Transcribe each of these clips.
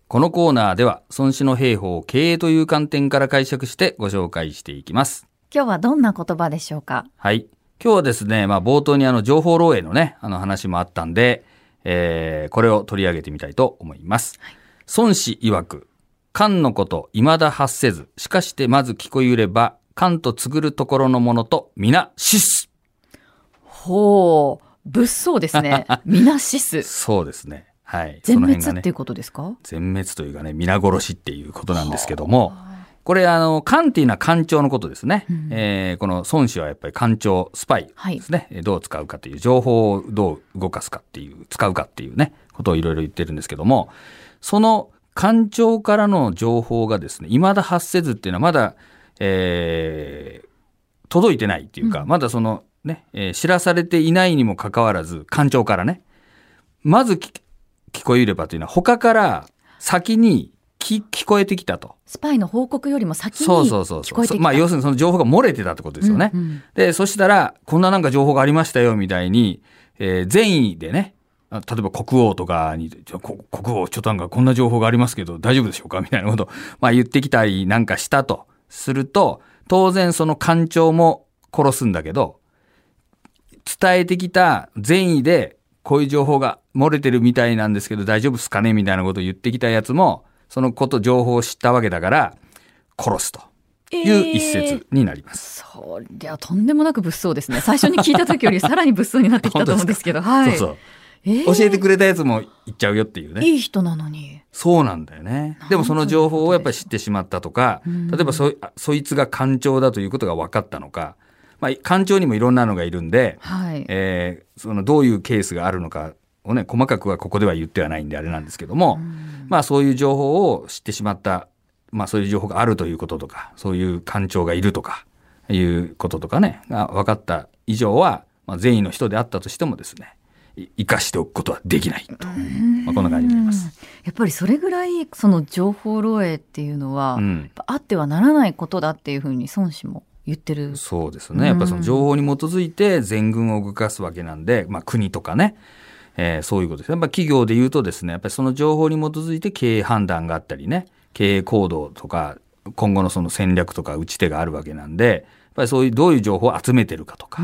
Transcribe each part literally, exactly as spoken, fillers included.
このコーナーでは孫子の兵法を経営という観点から解釈してご紹介していきます。 今日はどんな言葉でしょうか？ はい。今日はですね、まあ冒頭にあの情報漏洩のね、あの話もあったんで、えー、これを取り上げてみたいと思います。はい、孫子曰く、漢のこと未だ発せず、しかしてまず聞こえれば、漢と告ぐるところのものと皆死す。 ほう、物騒ですね。皆死す。 そうですね。はい。 全滅っていうことですか？ 全滅というかね、皆殺しっていうことなんですけども、これあの漢っていうのは官庁のことですね、うんえー、この孫子はやっぱり官庁スパイですね、はい、どう使うかという情報をどう動かすかっていう使うかっていうねことをいろいろ言ってるんですけども、その官庁からの情報がですね未だ発せずっていうのはまだ、えー、届いてないっていうか、うん、まだそのね、えー、知らされていないにもかかわらず官庁からねまず聞聞こえればというのは他から先に聞, 聞こえてきたと。 スパイの報告よりも先に聞こえてきた。そうそうそうそう。 まあ要するにその情報が漏れてたってことですよね。うんうん、で、そしたらこんななんか情報がありましたよみたいに、えー、善意でね、例えば国王とかに国王ちょっとなんかこんな情報がありますけど大丈夫でしょうかみたいなことを、まあ、言ってきたりなんかしたとすると、当然その官庁も殺すんだけど、伝えてきた善意でこういう情報が漏れてるみたいなんですけど大丈夫ですかねみたいなことを言ってきたやつもそのこと情報を知ったわけだから殺すという一節になります、 えー、そりゃとんでもなく物騒ですね。最初に聞いた時よりさらに物騒になってきたと思うんですけどはい、 そうそう、えー、教えてくれたやつも言っちゃうよっていうね。 いい人なのに。 そうなんだよね。でもその情報をやっぱり知ってしまったとか、例えば そ, そいつが官庁だということが分かったのか、まあ、官庁にもいろんなのがいるんで、はいえー、そのどういうケースがあるのかをね、細かくはここでは言ってはないんであれなんですけども、まあそういう情報を知ってしまった、まあそういう情報があるということとか、そういう官庁がいるとかいうこととかねが分かった以上は、まあ、善意の人であったとしてもですね、生かしておくことはできないと、まあ、こんな感じになります。 やっぱりそれぐらいその情報漏洩っていうのは、うん、あってはならないことだっていうふうに孫子も言ってる。 そうですね。やっぱりその情報に基づいて全軍を動かすわけなんで、まあ国とかね、えー、そういうことです。やっぱ企業で言うとですね、やっぱりその情報に基づいて経営判断があったりね、経営行動とか今後のその戦略とか打ち手があるわけなんで、やっぱりそういうどういう情報を集めてるかとか、うん、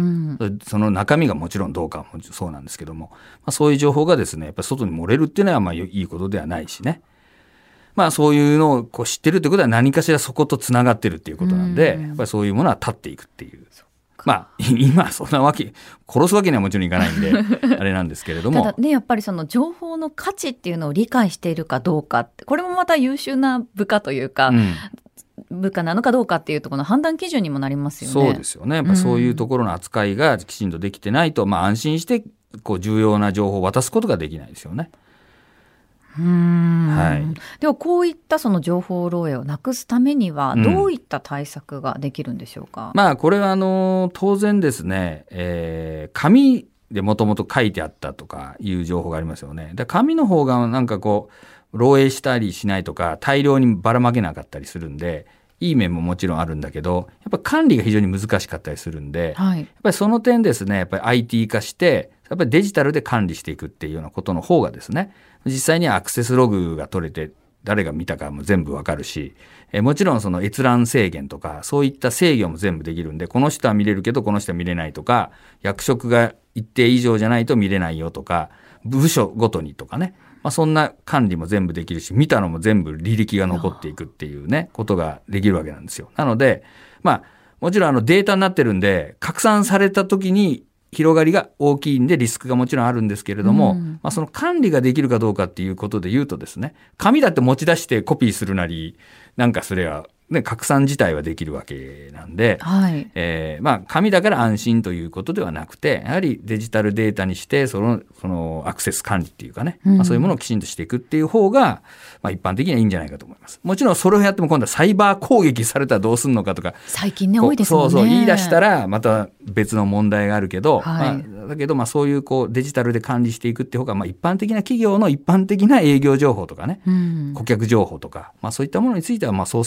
その中身がもちろんどうかもそうなんですけども、まあ、そういう情報がですね、やっぱり外に漏れるっていうのはまあいいことではないしね。まあそういうのをこう知ってるってことは何かしらそことつながってるっていうことなんで、やっぱりそういうものは立っていくっていう。まあ今そんなわけ殺すわけにはもちろんいかないんであれなんですけれども、 ただねやっぱりその情報の価値っていうのを理解しているかどうかって、これもまた優秀な部下というか、うん、部下なのかどうかっていうところの判断基準にもなりますよね。 そうですよね。やっぱそういうところの扱いがきちんとできてないと、まあ安心してこう重要な情報を渡すことができないですよね。 うーん、はい、ではこういったその情報漏洩をなくすためにはどういった対策ができるんでしょうか？ うん、まあこれはあの当然ですね、えー、紙でもともと書いてあったとかいう情報がありますよね。で紙の方がなんかこう漏洩したりしないとか大量にばらまけなかったりするんで、いい面ももちろんあるんだけど、やっぱ管理が非常に難しかったりするんで、はい、やっぱりその点ですね、やっぱり アイティー 化してやっぱりデジタルで管理していくっていうようなことの方がですね、実際にはアクセスログが取れて誰が見たかも全部わかるし、えもちろんその閲覧制限とかそういった制御も全部できるんで、この人は見れるけどこの人は見れないとか、役職が一定以上じゃないと見れないよとか、部署ごとにとかね、まあ、そんな管理も全部できるし、見たのも全部履歴が残っていくっていうねことができるわけなんですよ。なのでまあもちろんあのデータになってるんで拡散された時に広がりが大きいんでリスクがもちろんあるんですけれども、うんまあ、その管理ができるかどうかっていうことで言うとですね、紙だって持ち出してコピーするなりなんかすれば、ね、拡散自体はできるわけなんで、はいえーまあ、紙だから安心ということではなくて、やはりデジタルデータにしてその、そのアクセス管理っていうかね、うんまあ、そういうものをきちんとしていくっていう方が、まあ、一般的にはいいんじゃないかと思います。もちろんそれをやっても今度はサイバー攻撃されたらどうするのかとか最近ね多いですもんね。 そうそう言い出したらまた別の問題があるけど、はいまあ、だけどまあそういうこうデジタルで管理していくっていう方がまあ一般的な企業の一般的な営業情報とかね、うん、顧客情報とか、まあ、そういったものについてはまあそうせざるを得ない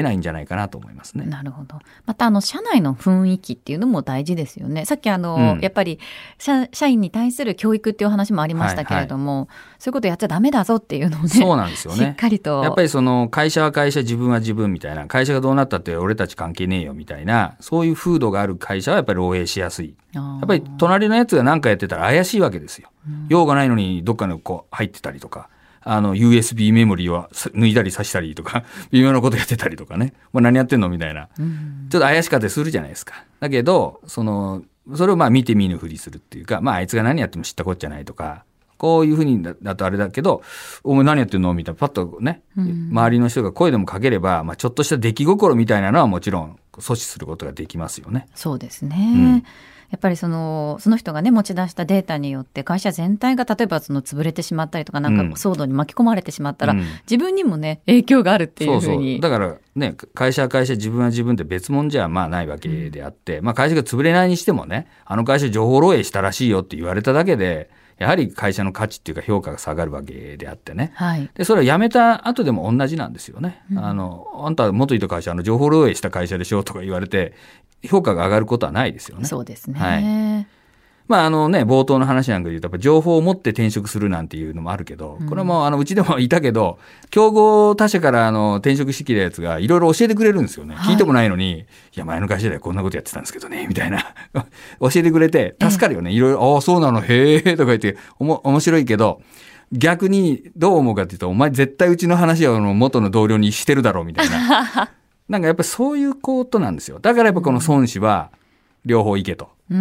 ないんじゃないかなと思いますね。 なるほど。またあの社内の雰囲気っていうのも大事ですよね。さっきあの、うん、やっぱり 社, 社員に対する教育っていう話もありましたけれども、はいはい、そういうことやっちゃダメだぞっていうのをね、 そうなんですよね。 しっかりとやっぱりその会社は会社、自分は自分みたいな、会社がどうなったって俺たち関係ねえよみたいな、そういう風土がある会社はやっぱり漏洩しやすい。やっぱり隣のやつが何かやってたら怪しいわけですよ。うん、用がないのにどっかのこう入ってたりとか。あの ユーエスビー メモリーを抜いたり刺したりとか微妙なことやってたりとかね、もう何やってんのみたいな、うん、ちょっと怪しかったりするじゃないですか。だけどそのそれをまあ見て見ぬふりするっていうか、まああいつが何やっても知ったこっちゃないとか、こういうふうに だ, だとあれだけど、お前何やってんのみたいなパッとね、うん、周りの人が声でもかければ、まあ、ちょっとした出来心みたいなのはもちろん阻止することができますよね。 そうですね、うん、やっぱりそのその人がね持ち出したデータによって会社全体が例えばその潰れてしまったりとか、なんか騒動に巻き込まれてしまったら、うん、自分にもね影響があるっていうふうに。 そうそう、だからね、会社は会社、自分は自分で別物じゃまあないわけであって、うん、まあ会社が潰れないにしてもね、あの会社情報漏洩したらしいよって言われただけでやはり会社の価値っていうか評価が下がるわけであってね、はい、でそれは辞めた後でも同じなんですよね、うん、あのあんた元いた会社あの情報漏洩した会社でしょとか言われて評価が上がることはないですよね。 そうですね、 はい、まああのね、冒頭の話なんかで言うとやっぱ情報を持って転職するなんていうのもあるけど、これもあのうちでもいたけど、競合他社からあの転職してきたやつがいろいろ教えてくれるんですよね、はい、聞いてもないのに、いや前の会社ではこんなことやってたんですけどねみたいな教えてくれて助かるよね、いろいろ。ああそうなのへえとか言っておも面白いけど、逆にどう思うかっていうと、お前絶対うちの話は元の同僚にしてるだろうみたいななんかやっぱりそういうことなんですよ。だからやっぱこの孫子は両方行けと、うん、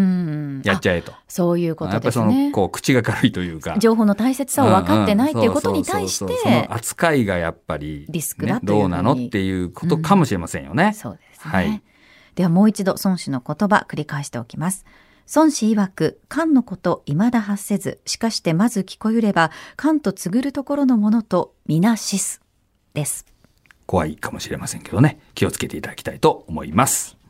やっちゃえと、 そういうことですね。 やっぱりそのこう口が軽いというか、 情報の大切さを分かってないっていうことに対して、 その扱いがやっぱり、ね、 リスクだというどうなのっていうことかもしれませんよね、 うん、そうですね、はい、ではもう一度孫子の言葉繰り返しておきます。孫子曰く、漢のこと未だ発せず、しかしてまず聞こゆれば漢と告ぐるところのものと皆死すです。 怖いかもしれませんけどね、気をつけていただきたいと思います。